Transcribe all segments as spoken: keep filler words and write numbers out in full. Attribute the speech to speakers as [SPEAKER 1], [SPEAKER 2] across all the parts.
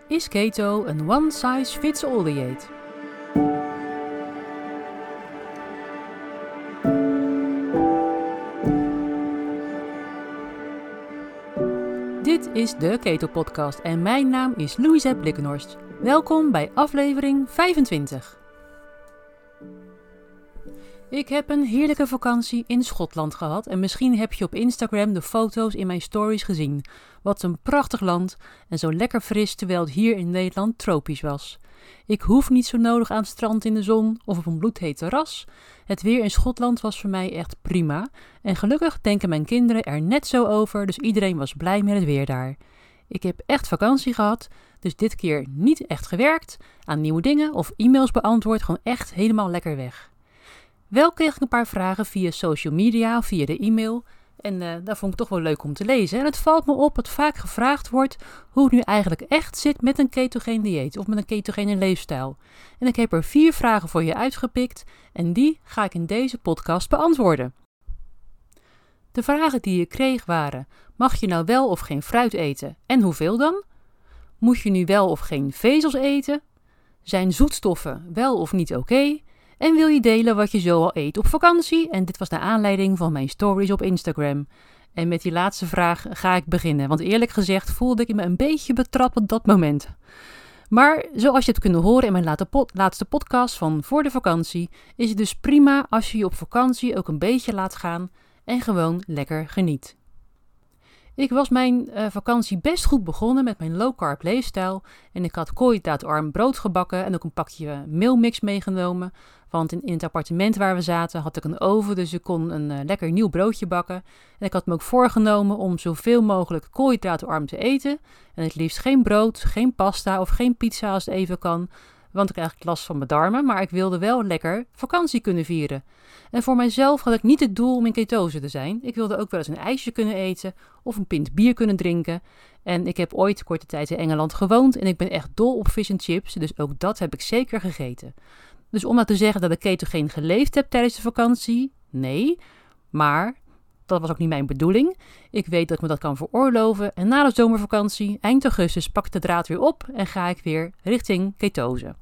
[SPEAKER 1] Is keto een one size fits all dieet? Dit is de Keto Podcast en mijn naam is Louise Blikkenhorst. Welkom bij aflevering vijfentwintig. Ik heb een heerlijke vakantie in Schotland gehad en misschien heb je op Instagram de foto's in mijn stories gezien. Wat een prachtig land en zo lekker fris terwijl het hier in Nederland tropisch was. Ik hoef niet zo nodig aan het strand in de zon of op een bloedheet terras. Het weer in Schotland was voor mij echt prima en gelukkig denken mijn kinderen er net zo over, dus iedereen was blij met het weer daar. Ik heb echt vakantie gehad, dus dit keer niet echt gewerkt aan nieuwe dingen of e-mails beantwoord, gewoon echt helemaal lekker weg. Wel kreeg ik een paar vragen via social media of via de e-mail en uh, dat vond ik toch wel leuk om te lezen. En het valt me op dat vaak gevraagd wordt hoe het nu eigenlijk echt zit met een ketogeen dieet of met een ketogene leefstijl. En ik heb er vier vragen voor je uitgepikt en die ga ik in deze podcast beantwoorden. De vragen die je kreeg waren: mag je nou wel of geen fruit eten en hoeveel dan? Moet je nu wel of geen vezels eten? Zijn zoetstoffen wel of niet oké? Okay? En wil je delen wat je zo al eet op vakantie? En dit was naar aanleiding van mijn stories op Instagram. En met die laatste vraag ga ik beginnen. Want eerlijk gezegd voelde ik me een beetje betrapt op dat moment. Maar zoals je het kunt horen in mijn laatste podcast van voor de vakantie, is het dus prima als je je op vakantie ook een beetje laat gaan en gewoon lekker geniet. Ik was mijn uh, vakantie best goed begonnen met mijn low carb leefstijl en ik had koolhydraatarm brood gebakken en ook een pakje meelmix meegenomen. Want in, in het appartement waar we zaten had ik een oven, dus ik kon een uh, lekker nieuw broodje bakken. En ik had me ook voorgenomen om zoveel mogelijk koolhydraatarm te eten. En het liefst geen brood, geen pasta of geen pizza als het even kan. Want ik had eigenlijk last van mijn darmen, maar ik wilde wel lekker vakantie kunnen vieren. En voor mijzelf had ik niet het doel om in ketose te zijn. Ik wilde ook wel eens een ijsje kunnen eten of een pint bier kunnen drinken. En ik heb ooit korte tijd in Engeland gewoond en ik ben echt dol op vis en chips, dus ook dat heb ik zeker gegeten. Dus om nou te zeggen dat ik ketogeen geleefd heb tijdens de vakantie, nee, maar dat was ook niet mijn bedoeling. Ik weet dat ik me dat kan veroorloven en na de zomervakantie, eind augustus, pak ik de draad weer op en ga ik weer richting ketose.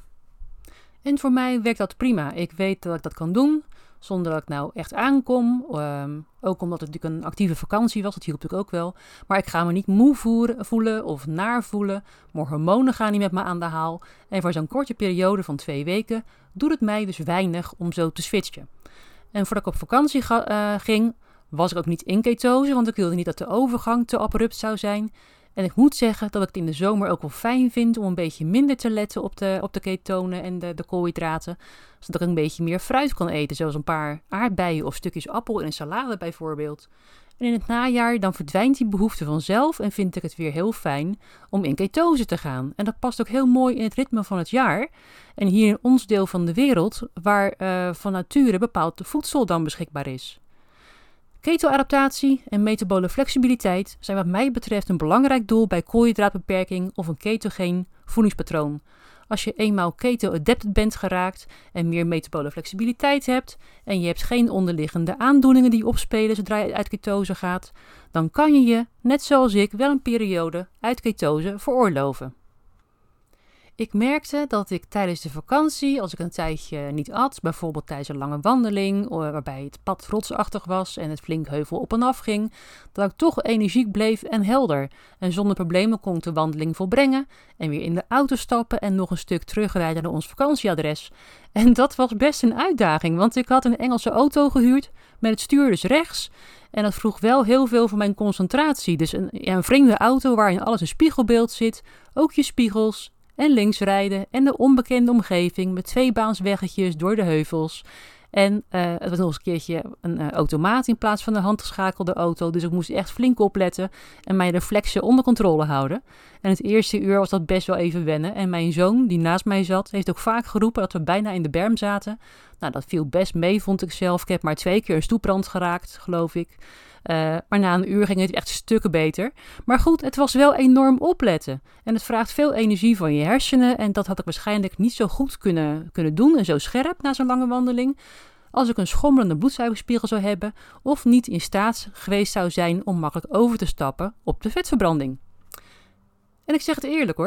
[SPEAKER 1] En voor mij werkt dat prima. Ik weet dat ik dat kan doen zonder dat ik nou echt aankom. Um, ook omdat het natuurlijk een actieve vakantie was, dat hielp natuurlijk ook wel. Maar ik ga me niet moe voeren, voelen of naar voelen. Mijn hormonen gaan niet met me aan de haal. En voor zo'n korte periode van twee weken doet het mij dus weinig om zo te switchen. En voordat ik op vakantie ga, uh, ging, was ik ook niet in ketose, want ik wilde niet dat de overgang te abrupt zou zijn. En ik moet zeggen dat ik het in de zomer ook wel fijn vind om een beetje minder te letten op de, op de ketonen en de, de koolhydraten. Zodat ik een beetje meer fruit kan eten, zoals een paar aardbeien of stukjes appel in een salade bijvoorbeeld. En in het najaar dan verdwijnt die behoefte vanzelf en vind ik het weer heel fijn om in ketose te gaan. En dat past ook heel mooi in het ritme van het jaar. En hier in ons deel van de wereld, waar uh, van nature bepaald voedsel dan beschikbaar is. Keto-adaptatie en metabole flexibiliteit zijn wat mij betreft een belangrijk doel bij koolhydraatbeperking of een ketogeen voedingspatroon. Als je eenmaal keto-adapted bent geraakt en meer metabole flexibiliteit hebt en je hebt geen onderliggende aandoeningen die opspelen zodra je uit ketose gaat, dan kan je je, net zoals ik, wel een periode uit ketose veroorloven. Ik merkte dat ik tijdens de vakantie, als ik een tijdje niet at, bijvoorbeeld tijdens een lange wandeling, waarbij het pad rotsachtig was en het flink heuvel op en af ging, dat ik toch energiek bleef en helder. En zonder problemen kon ik de wandeling volbrengen en weer in de auto stappen en nog een stuk terugrijden naar ons vakantieadres. En dat was best een uitdaging, want ik had een Engelse auto gehuurd met het stuur dus rechts. En dat vroeg wel heel veel van mijn concentratie. Dus een, ja, een vreemde auto waarin alles in spiegelbeeld zit, ook je spiegels. En links rijden en de onbekende omgeving met tweebaansweggetjes door de heuvels. En uh, het was nog eens een keertje een uh, automaat in plaats van een handgeschakelde auto. Dus ik moest echt flink opletten en mijn reflexen onder controle houden. En het eerste uur was dat best wel even wennen. En mijn zoon, die naast mij zat, heeft ook vaak geroepen dat we bijna in de berm zaten. Nou, dat viel best mee, vond ik zelf. Ik heb maar twee keer een stoeprand geraakt, geloof ik. Uh, maar na een uur ging het echt stukken beter. Maar goed, het was wel enorm opletten. En het vraagt veel energie van je hersenen. En dat had ik waarschijnlijk niet zo goed kunnen, kunnen doen en zo scherp na zo'n lange wandeling. Als ik een schommelende bloedsuikerspiegel zou hebben. Of niet in staat geweest zou zijn om makkelijk over te stappen op de vetverbranding. En ik zeg het eerlijk hoor.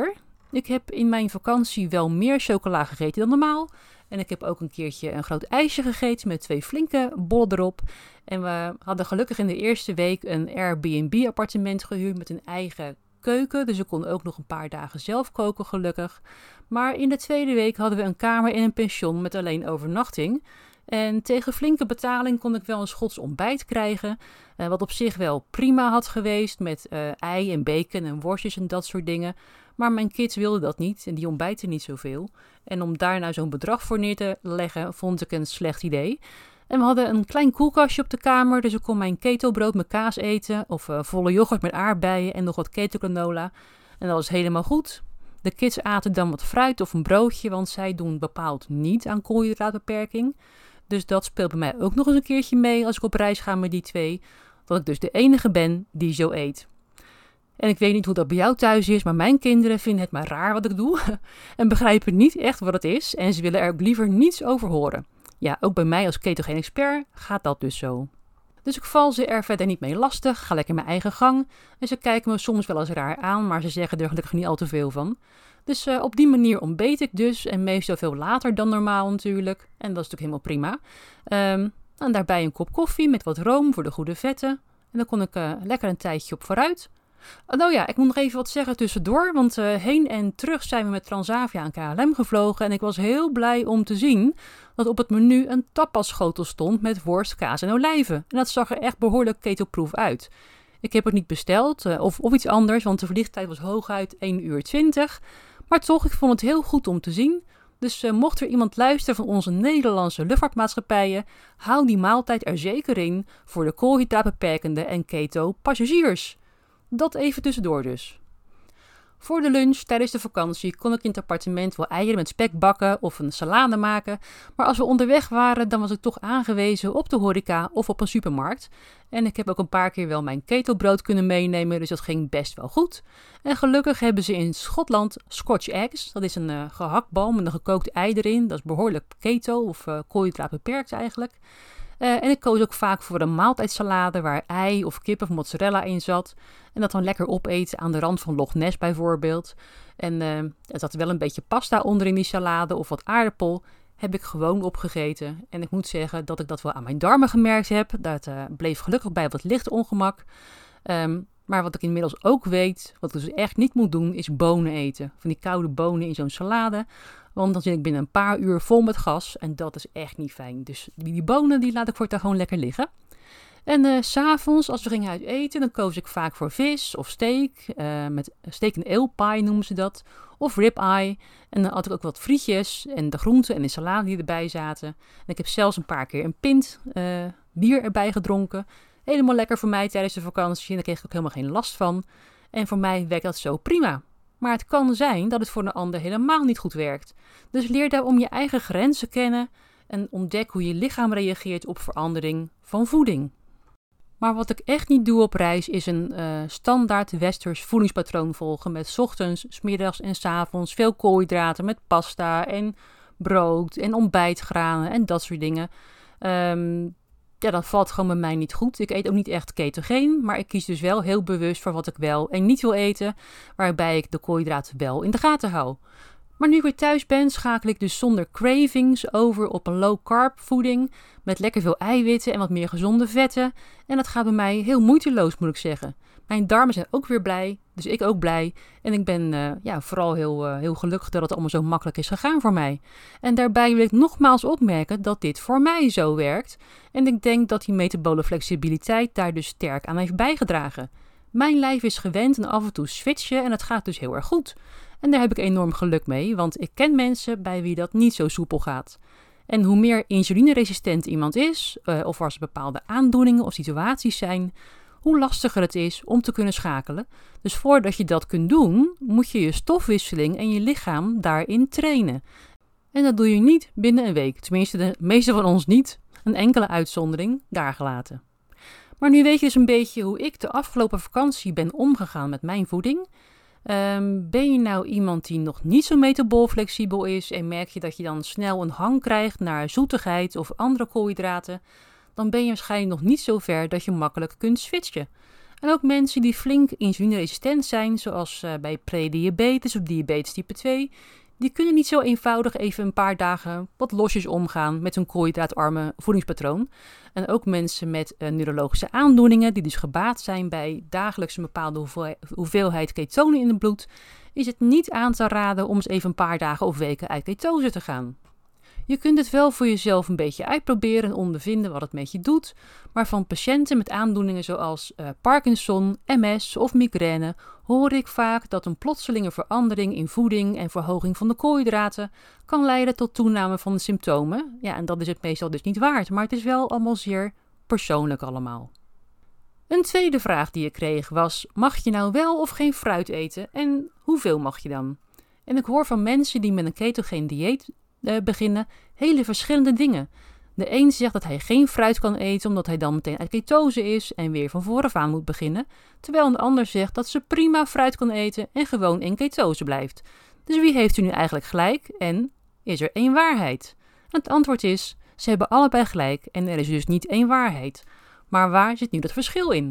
[SPEAKER 1] Ik heb in mijn vakantie wel meer chocola gegeten dan normaal. En ik heb ook een keertje een groot ijsje gegeten met twee flinke bollen erop. En we hadden gelukkig in de eerste week een Airbnb-appartement gehuurd met een eigen keuken. Dus ik kon ook nog een paar dagen zelf koken, gelukkig. Maar in de tweede week hadden we een kamer in een pension met alleen overnachting. En tegen flinke betaling kon ik wel een Schots ontbijt krijgen. Uh, wat op zich wel prima had geweest met uh, ei en bacon en worstjes en dat soort dingen. Maar mijn kids wilden dat niet en die ontbijten niet zoveel. En om daar nou zo'n bedrag voor neer te leggen, vond ik een slecht idee. En we hadden een klein koelkastje op de kamer, dus ik kon mijn ketelbrood met kaas eten. Of uh, volle yoghurt met aardbeien en nog wat ketelgranola. En dat was helemaal goed. De kids aten dan wat fruit of een broodje, want zij doen bepaald niet aan koolhydraatbeperking. Dus dat speelt bij mij ook nog eens een keertje mee als ik op reis ga met die twee. Dat ik dus de enige ben die zo eet. En ik weet niet hoe dat bij jou thuis is, maar mijn kinderen vinden het maar raar wat ik doe. En begrijpen niet echt wat het is. En ze willen er ook liever niets over horen. Ja, ook bij mij als ketogeen expert gaat dat dus zo. Dus ik val ze er verder niet mee lastig, ga lekker mijn eigen gang. En ze kijken me soms wel eens raar aan, maar ze zeggen er gelukkig niet al te veel van. Dus uh, op die manier ontbeet ik dus en meestal veel later dan normaal natuurlijk. En dat is natuurlijk helemaal prima. Um, en daarbij een kop koffie met wat room voor de goede vetten. En dan kon ik uh, lekker een tijdje op vooruit. Uh, nou ja, ik moet nog even wat zeggen tussendoor, want uh, heen en terug zijn we met Transavia en K L M gevlogen. En ik was heel blij om te zien dat op het menu een tapasschotel stond met worst, kaas en olijven. En dat zag er echt behoorlijk ketelproof uit. Ik heb het niet besteld uh, of, of iets anders, want de vliegtijd was hooguit één uur twintig. Maar toch, ik vond het heel goed om te zien. Dus uh, mocht er iemand luisteren van onze Nederlandse luchtvaartmaatschappijen, hou die maaltijd er zeker in voor de koolhydraatbeperkende en keto passagiers. Dat even tussendoor dus. Voor de lunch tijdens de vakantie kon ik in het appartement wel eieren met spek bakken of een salade maken. Maar als we onderweg waren, dan was ik toch aangewezen op de horeca of op een supermarkt. En ik heb ook een paar keer wel mijn ketelbrood kunnen meenemen, dus dat ging best wel goed. En gelukkig hebben ze in Schotland Scotch eggs. Dat is een uh, gehaktbal met een gekookt ei erin. Dat is behoorlijk keto of uh, koolhydraatbeperkt eigenlijk. Uh, en ik koos ook vaak voor een maaltijdsalade waar ei of kip of mozzarella in zat. En dat dan lekker opeten aan de rand van Loch Ness bijvoorbeeld. En uh, er zat wel een beetje pasta onder in die salade of wat aardappel. Heb ik gewoon opgegeten. En ik moet zeggen dat ik dat wel aan mijn darmen gemerkt heb. Dat uh, bleef gelukkig bij wat licht ongemak. Um, maar wat ik inmiddels ook weet, wat ik dus echt niet moet doen, is bonen eten. Van die koude bonen in zo'n salade. Want dan zit ik binnen een paar uur vol met gas en dat is echt niet fijn. Dus die bonen die laat ik voortaan gewoon lekker liggen. En uh, 's avonds, als we gingen uit eten, dan koos ik vaak voor vis of steak. Uh, met steak en ale pie noemen ze dat. Of ribeye. En dan had ik ook wat frietjes en de groenten en de salade die erbij zaten. En ik heb zelfs een paar keer een pint uh, bier erbij gedronken. Helemaal lekker voor mij tijdens de vakantie. En daar kreeg ik ook helemaal geen last van. En voor mij werkt dat zo prima. Maar het kan zijn dat het voor een ander helemaal niet goed werkt. Dus leer daarom je eigen grenzen kennen en ontdek hoe je lichaam reageert op verandering van voeding. Maar wat ik echt niet doe op reis is een uh, standaard westers voedingspatroon volgen met 's ochtends, 's middags en 's avonds veel koolhydraten met pasta en brood en ontbijtgranen en dat soort dingen. Um, Ja, dat valt gewoon bij mij niet goed. Ik eet ook niet echt ketogeen, maar ik kies dus wel heel bewust voor wat ik wel en niet wil eten, waarbij ik de koolhydraten wel in de gaten hou. Maar nu ik weer thuis ben, schakel ik dus zonder cravings over op een low-carb voeding met lekker veel eiwitten en wat meer gezonde vetten. En dat gaat bij mij heel moeiteloos, moet ik zeggen. Mijn darmen zijn ook weer blij, dus ik ook blij. En ik ben uh, ja, vooral heel, uh, heel gelukkig dat het allemaal zo makkelijk is gegaan voor mij. En daarbij wil ik nogmaals opmerken dat dit voor mij zo werkt. En ik denk dat die metabole flexibiliteit daar dus sterk aan heeft bijgedragen. Mijn lijf is gewend en af en toe switchen en het gaat dus heel erg goed. En daar heb ik enorm geluk mee, want ik ken mensen bij wie dat niet zo soepel gaat. En hoe meer insulineresistent iemand is, uh, of als er bepaalde aandoeningen of situaties zijn, hoe lastiger het is om te kunnen schakelen. Dus voordat je dat kunt doen, moet je je stofwisseling en je lichaam daarin trainen. En dat doe je niet binnen een week. Tenminste, de meeste van ons niet. Een enkele uitzondering daar gelaten. Maar nu weet je dus een beetje hoe ik de afgelopen vakantie ben omgegaan met mijn voeding. Um, ben je nou iemand die nog niet zo metabool flexibel is en merk je dat je dan snel een hang krijgt naar zoetigheid of andere koolhydraten, dan ben je waarschijnlijk nog niet zo ver dat je makkelijk kunt switchen. En ook mensen die flink insulineresistent zijn, zoals uh, bij prediabetes of diabetes type twee, die kunnen niet zo eenvoudig even een paar dagen wat losjes omgaan met hun koolhydraatarme voedingspatroon. En ook mensen met uh, neurologische aandoeningen, die dus gebaat zijn bij dagelijks een bepaalde hoeveelheid ketonen in het bloed, is het niet aan te raden om eens even een paar dagen of weken uit ketose te gaan. Je kunt het wel voor jezelf een beetje uitproberen en ondervinden wat het met je doet, maar van patiënten met aandoeningen zoals uh, Parkinson, M S of migraine hoor ik vaak dat een plotselinge verandering in voeding en verhoging van de koolhydraten kan leiden tot toename van de symptomen. Ja, en dat is het meestal dus niet waard, maar het is wel allemaal zeer persoonlijk allemaal. Een tweede vraag die ik kreeg was, mag je nou wel of geen fruit eten en hoeveel mag je dan? En ik hoor van mensen die met een ketogeen dieet uh, beginnen hele verschillende dingen. De een zegt dat hij geen fruit kan eten omdat hij dan meteen uit ketose is en weer van vooraf aan moet beginnen, terwijl een ander zegt dat ze prima fruit kan eten en gewoon in ketose blijft. Dus wie heeft u nu eigenlijk gelijk en is er één waarheid? En het antwoord is, ze hebben allebei gelijk en er is dus niet één waarheid. Maar waar zit nu dat verschil in?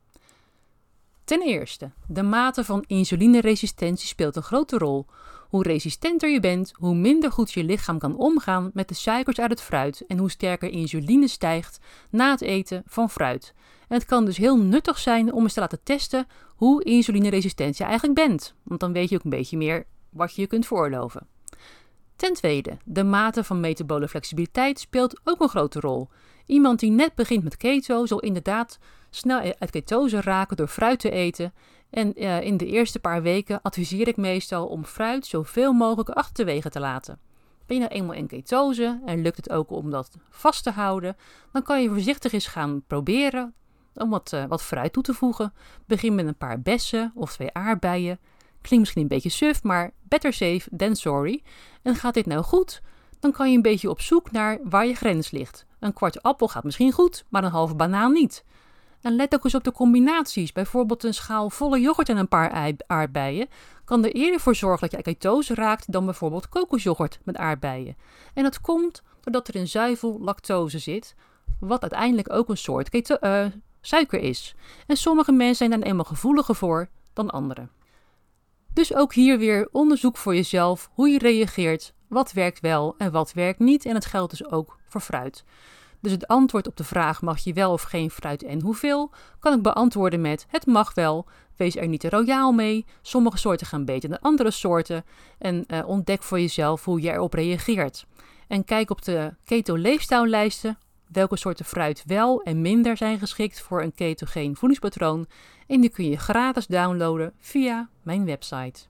[SPEAKER 1] Ten eerste, de mate van insulineresistentie speelt een grote rol. Hoe resistenter je bent, hoe minder goed je lichaam kan omgaan met de suikers uit het fruit en hoe sterker insuline stijgt na het eten van fruit. En het kan dus heel nuttig zijn om eens te laten testen hoe insulineresistent je eigenlijk bent, want dan weet je ook een beetje meer wat je je kunt veroorloven. Ten tweede, de mate van metabole flexibiliteit speelt ook een grote rol. Iemand die net begint met keto zal inderdaad snel uit ketose raken door fruit te eten. En uh, in de eerste paar weken adviseer ik meestal om fruit zoveel mogelijk achterwege te laten. Ben je nou eenmaal in ketose en lukt het ook om dat vast te houden, dan kan je voorzichtig eens gaan proberen om wat, uh, wat fruit toe te voegen. Begin met een paar bessen of twee aardbeien. Klinkt misschien een beetje suf, maar better safe than sorry. En gaat dit nou goed, dan kan je een beetje op zoek naar waar je grens ligt. Een kwart appel gaat misschien goed, maar een halve banaan niet. En let ook eens op de combinaties. Bijvoorbeeld een schaal volle yoghurt en een paar aardbeien kan er eerder voor zorgen dat je uit ketose raakt dan bijvoorbeeld kokosyoghurt met aardbeien. En dat komt doordat er in zuivel lactose zit, wat uiteindelijk ook een soort keto- uh, suiker is. En sommige mensen zijn daar eenmaal gevoeliger voor dan anderen. Dus ook hier weer onderzoek voor jezelf hoe je reageert, wat werkt wel en wat werkt niet. En het geldt dus ook voor fruit. Dus het antwoord op de vraag mag je wel of geen fruit en hoeveel, kan ik beantwoorden met het mag wel, wees er niet te royaal mee, sommige soorten gaan beter dan andere soorten en uh, ontdek voor jezelf hoe je erop reageert. En kijk op de keto-leefstijllijsten welke soorten fruit wel en minder zijn geschikt voor een ketogeen voedingspatroon en die kun je gratis downloaden via mijn website.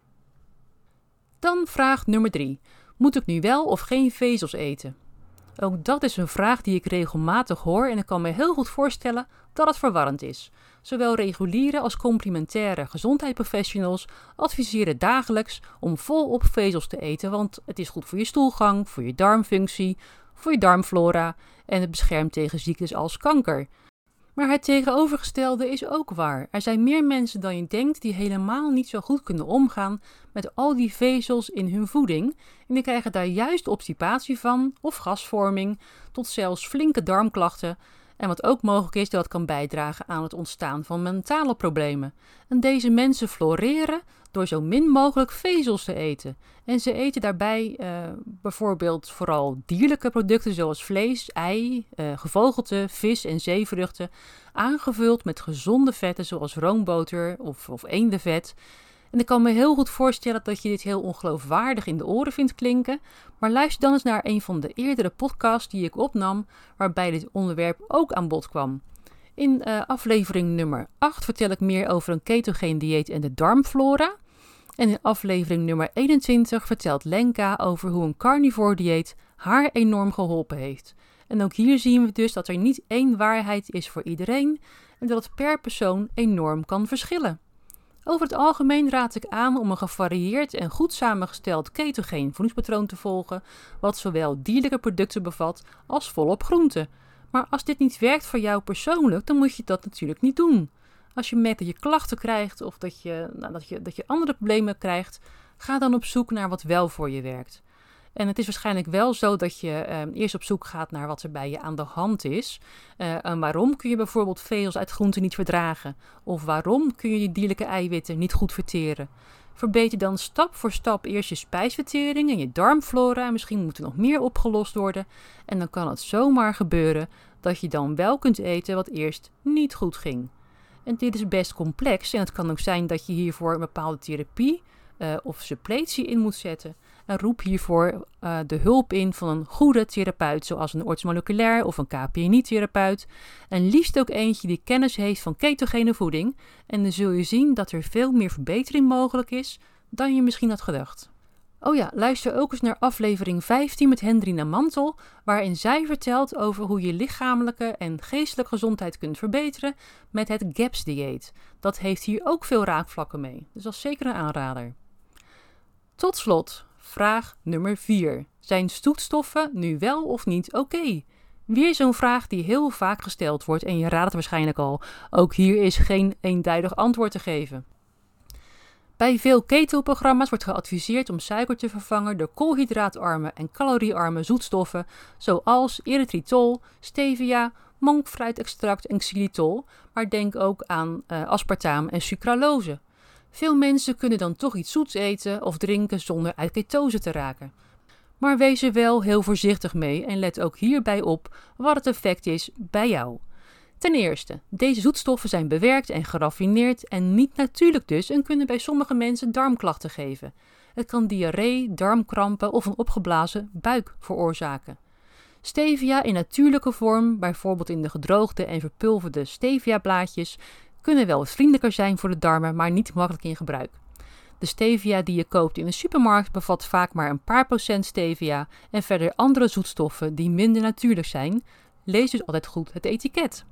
[SPEAKER 1] Dan vraag nummer drie. Moet ik nu wel of geen vezels eten? Ook dat is een vraag die ik regelmatig hoor en ik kan me heel goed voorstellen dat het verwarrend is. Zowel reguliere als complementaire gezondheidsprofessionals adviseren dagelijks om volop vezels te eten, want het is goed voor je stoelgang, voor je darmfunctie, voor je darmflora en het beschermt tegen ziektes als kanker. Maar het tegenovergestelde is ook waar. Er zijn meer mensen dan je denkt die helemaal niet zo goed kunnen omgaan met al die vezels in hun voeding. En die krijgen daar juist obstipatie van of gasvorming tot zelfs flinke darmklachten. En wat ook mogelijk is, dat het kan bijdragen aan het ontstaan van mentale problemen. En deze mensen floreren door zo min mogelijk vezels te eten. En ze eten daarbij uh, bijvoorbeeld vooral dierlijke producten zoals vlees, ei, uh, gevogelte, vis en zeevruchten, aangevuld met gezonde vetten zoals roomboter of, of eendenvet. En ik kan me heel goed voorstellen dat je dit heel ongeloofwaardig in de oren vindt klinken, maar luister dan eens naar een van de eerdere podcasts die ik opnam, waarbij dit onderwerp ook aan bod kwam. In uh, aflevering nummer acht vertel ik meer over een ketogeen dieet en de darmflora. En in aflevering nummer eenentwintig vertelt Lenka over hoe een carnivore dieet haar enorm geholpen heeft. En ook hier zien we dus dat er niet één waarheid is voor iedereen en dat het per persoon enorm kan verschillen. Over het algemeen raad ik aan om een gevarieerd en goed samengesteld ketogeen voedingspatroon te volgen, wat zowel dierlijke producten bevat als volop groenten. Maar als dit niet werkt voor jou persoonlijk, dan moet je dat natuurlijk niet doen. Als je merkt dat je klachten krijgt of dat je, nou, dat je, dat je andere problemen krijgt, ga dan op zoek naar wat wel voor je werkt. En het is waarschijnlijk wel zo dat je eh, eerst op zoek gaat naar wat er bij je aan de hand is. Uh, en waarom kun je bijvoorbeeld vezels uit groenten niet verdragen? Of waarom kun je die dierlijke eiwitten niet goed verteren? Verbeter dan stap voor stap eerst je spijsvertering en je darmflora. En misschien moet er nog meer opgelost worden. En dan kan het zomaar gebeuren dat je dan wel kunt eten wat eerst niet goed ging. En dit is best complex en het kan ook zijn dat je hiervoor een bepaalde therapie uh, of suppletie in moet zetten. En roep hiervoor uh, de hulp in van een goede therapeut, zoals een orthomoleculair of een K P N I-therapeut. En liefst ook eentje die kennis heeft van ketogene voeding. En dan zul je zien dat er veel meer verbetering mogelijk is dan je misschien had gedacht. Oh ja, luister ook eens naar aflevering vijftien met Hendrina Mantel, waarin zij vertelt over hoe je lichamelijke en geestelijke gezondheid kunt verbeteren met het GAPS-dieet. Dat heeft hier ook veel raakvlakken mee, dus dat is zeker een aanrader. Tot slot, vraag nummer vier. Zijn zoetstoffen nu wel of niet oké? Okay? Weer zo'n vraag die heel vaak gesteld wordt en je raadt het waarschijnlijk al. Ook hier is geen eenduidig antwoord te geven. Bij veel keto-programma's wordt geadviseerd om suiker te vervangen door koolhydraatarme en caloriearme zoetstoffen zoals erythritol, stevia, monkfruitextract en xylitol, maar denk ook aan uh, aspartaam en sucralose. Veel mensen kunnen dan toch iets zoets eten of drinken zonder uit ketose te raken. Maar wees er wel heel voorzichtig mee en let ook hierbij op wat het effect is bij jou. Ten eerste, deze zoetstoffen zijn bewerkt en geraffineerd en niet natuurlijk dus en kunnen bij sommige mensen darmklachten geven. Het kan diarree, darmkrampen of een opgeblazen buik veroorzaken. Stevia in natuurlijke vorm, bijvoorbeeld in de gedroogde en verpulverde steviablaadjes, kunnen wel wat vriendelijker zijn voor de darmen, maar niet makkelijk in gebruik. De stevia die je koopt in de supermarkt bevat vaak maar een paar procent stevia en verder andere zoetstoffen die minder natuurlijk zijn. Lees dus altijd goed het etiket.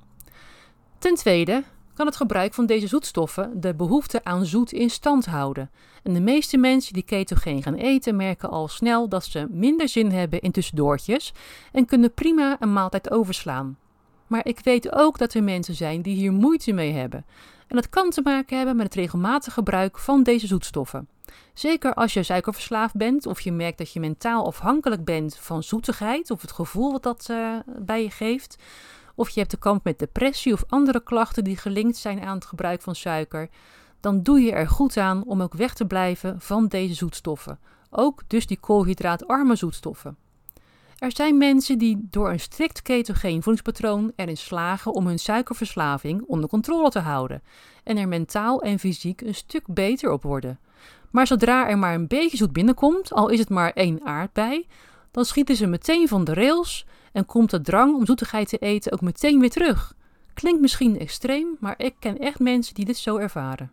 [SPEAKER 1] Ten tweede kan het gebruik van deze zoetstoffen de behoefte aan zoet in stand houden. En de meeste mensen die ketogeen gaan eten merken al snel dat ze minder zin hebben in tussendoortjes en kunnen prima een maaltijd overslaan. Maar ik weet ook dat er mensen zijn die hier moeite mee hebben. En dat kan te maken hebben met het regelmatig gebruik van deze zoetstoffen. Zeker als je suikerverslaafd bent of je merkt dat je mentaal afhankelijk bent van zoetigheid of het gevoel wat dat uh, bij je geeft. Of je hebt te kamp met depressie of andere klachten die gelinkt zijn aan het gebruik van suiker. Dan doe je er goed aan om ook weg te blijven van deze zoetstoffen. Ook dus die koolhydraatarme zoetstoffen. Er zijn mensen die door een strikt ketogeen voedingspatroon erin slagen om hun suikerverslaving onder controle te houden en er mentaal en fysiek een stuk beter op worden. Maar zodra er maar een beetje zoet binnenkomt, al is het maar één aardbei, dan schieten ze meteen van de rails en komt de drang om zoetigheid te eten ook meteen weer terug. Klinkt misschien extreem, maar ik ken echt mensen die dit zo ervaren.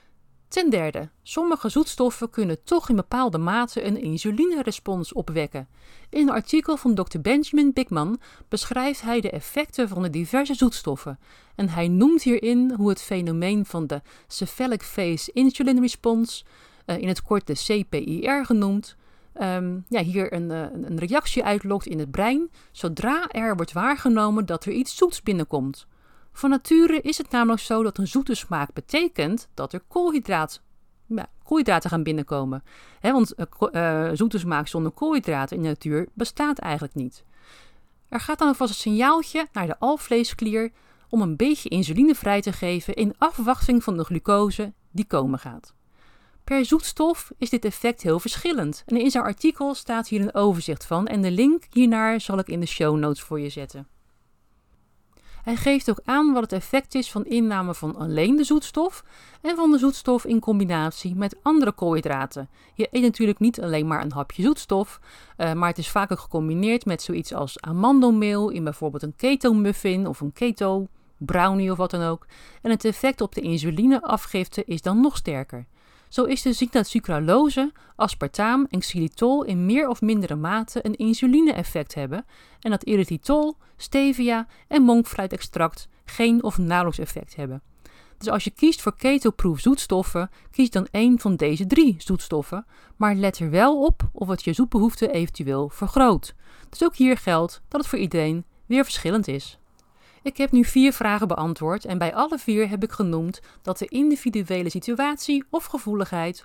[SPEAKER 1] Ten derde, sommige zoetstoffen kunnen toch in bepaalde mate een insulinerespons opwekken. In een artikel van dokter Benjamin Bikman beschrijft hij de effecten van de diverse zoetstoffen. En hij noemt hierin hoe het fenomeen van de cephalic phase insulin response, uh, in het kort de C P I R genoemd, um, ja, hier een, uh, een reactie uitlokt in het brein zodra er wordt waargenomen dat er iets zoets binnenkomt. Van nature is het namelijk zo dat een zoete smaak betekent dat er koolhydraat, ja, koolhydraten gaan binnenkomen. He, want uh, uh, zoete smaak zonder koolhydraten in de natuur bestaat eigenlijk niet. Er gaat dan alvast een signaaltje naar de alvleesklier om een beetje insuline vrij te geven in afwachting van de glucose die komen gaat. Per zoetstof is dit effect heel verschillend. En in zijn artikel staat hier een overzicht van en de link hiernaar zal ik in de show notes voor je zetten. Hij geeft ook aan wat het effect is van inname van alleen de zoetstof en van de zoetstof in combinatie met andere koolhydraten. Je eet natuurlijk niet alleen maar een hapje zoetstof, uh, maar het is vaak ook gecombineerd met zoiets als amandelmeel in bijvoorbeeld een keto muffin of een keto brownie of wat dan ook. En het effect op de insulineafgifte is dan nog sterker. Zo is te zien dat sucralose, aspartaam en xylitol in meer of mindere mate een insuline-effect hebben en dat erythritol, stevia en monkfruitextract geen of nauwelijks effect hebben. Dus als je kiest voor keto-proof zoetstoffen, kies dan één van deze drie zoetstoffen, maar let er wel op of het je zoetbehoefte eventueel vergroot. Dus ook hier geldt dat het voor iedereen weer verschillend is. Ik heb nu vier vragen beantwoord en bij alle vier heb ik genoemd dat de individuele situatie of gevoeligheid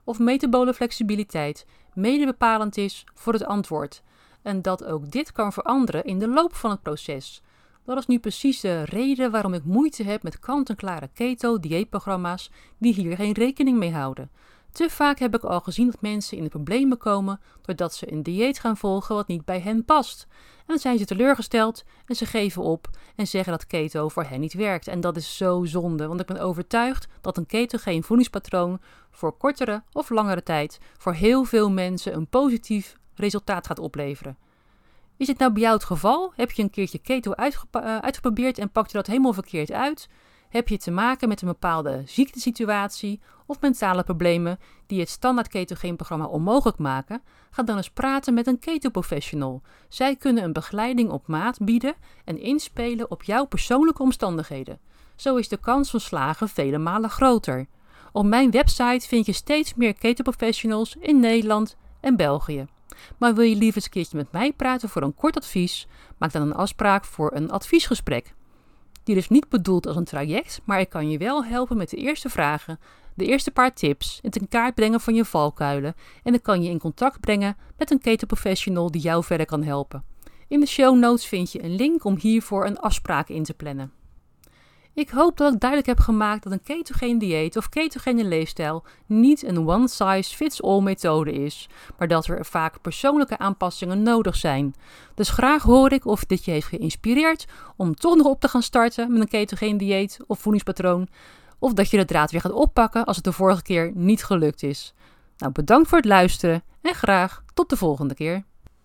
[SPEAKER 1] of metabole flexibiliteit mede bepalend is voor het antwoord. En dat ook dit kan veranderen in de loop van het proces. Dat is nu precies de reden waarom ik moeite heb met kant-en-klare keto-dieetprogramma's die hier geen rekening mee houden. Te vaak heb ik al gezien dat mensen in de problemen komen doordat ze een dieet gaan volgen wat niet bij hen past. En dan zijn ze teleurgesteld en ze geven op en zeggen dat keto voor hen niet werkt. En dat is zo zonde, want ik ben overtuigd dat een ketogeen voedingspatroon voor kortere of langere tijd voor heel veel mensen een positief resultaat gaat opleveren. Is dit nou bij jou het geval? Heb je een keertje keto uitgepa- uh, uitgeprobeerd en pakt je dat helemaal verkeerd uit? Heb je te maken met een bepaalde ziektesituatie of mentale problemen die het standaard ketogeenprogramma onmogelijk maken? Ga dan eens praten met een keto-professional. Zij kunnen een begeleiding op maat bieden en inspelen op jouw persoonlijke omstandigheden. Zo is de kans van slagen vele malen groter. Op mijn website vind je steeds meer keto-professionals in Nederland en België. Maar wil je liever eens een keertje met mij praten voor een kort advies? Maak dan een afspraak voor een adviesgesprek. Die is niet bedoeld als een traject, maar ik kan je wel helpen met de eerste vragen, de eerste paar tips, het in kaart brengen van je valkuilen en dan kan je in contact brengen met een keto-professional die jou verder kan helpen. In de show notes vind je een link om hiervoor een afspraak in te plannen. Ik hoop dat ik duidelijk heb gemaakt dat een ketogeen dieet of ketogene leefstijl niet een one-size-fits-all methode is, maar dat er vaak persoonlijke aanpassingen nodig zijn. Dus graag hoor ik of dit je heeft geïnspireerd om toch nog op te gaan starten met een ketogeen dieet of voedingspatroon, of dat je de draad weer gaat oppakken als het de vorige keer niet gelukt is. Nou, bedankt voor het luisteren en graag tot de volgende keer.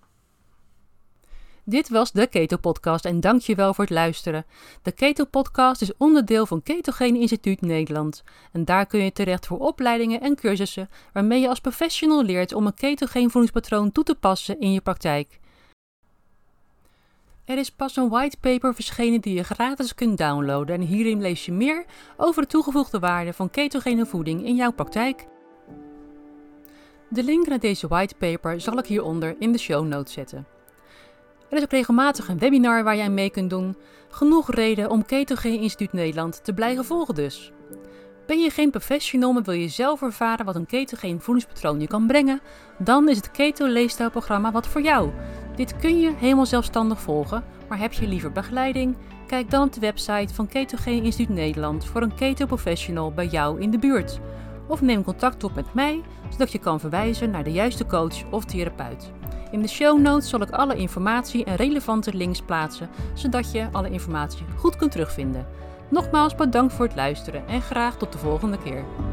[SPEAKER 1] Dit was de Keto Podcast en dankjewel voor het luisteren. De Keto Podcast is onderdeel van Ketogene Instituut Nederland. En daar kun je terecht voor opleidingen en cursussen waarmee je als professional leert om een ketogeen voedingspatroon toe te passen in je praktijk. Er is pas een whitepaper verschenen die je gratis kunt downloaden en hierin lees je meer over de toegevoegde waarde van ketogene voeding in jouw praktijk. De link naar deze whitepaper zal ik hieronder in de show notes zetten. Er is ook regelmatig een webinar waar jij mee kunt doen. Genoeg reden om Ketogene Instituut Nederland te blijven volgen dus. Ben je geen professional, maar wil je zelf ervaren wat een ketogeen voedingspatroon je kan brengen? Dan is het Keto Leefstijlprogramma wat voor jou. Dit kun je helemaal zelfstandig volgen, maar heb je liever begeleiding? Kijk dan op de website van Ketogene Instituut Nederland voor een keto professional bij jou in de buurt. Of neem contact op met mij, zodat je kan verwijzen naar de juiste coach of therapeut. In de show notes zal ik alle informatie en relevante links plaatsen, zodat je alle informatie goed kunt terugvinden. Nogmaals bedankt voor het luisteren en graag tot de volgende keer.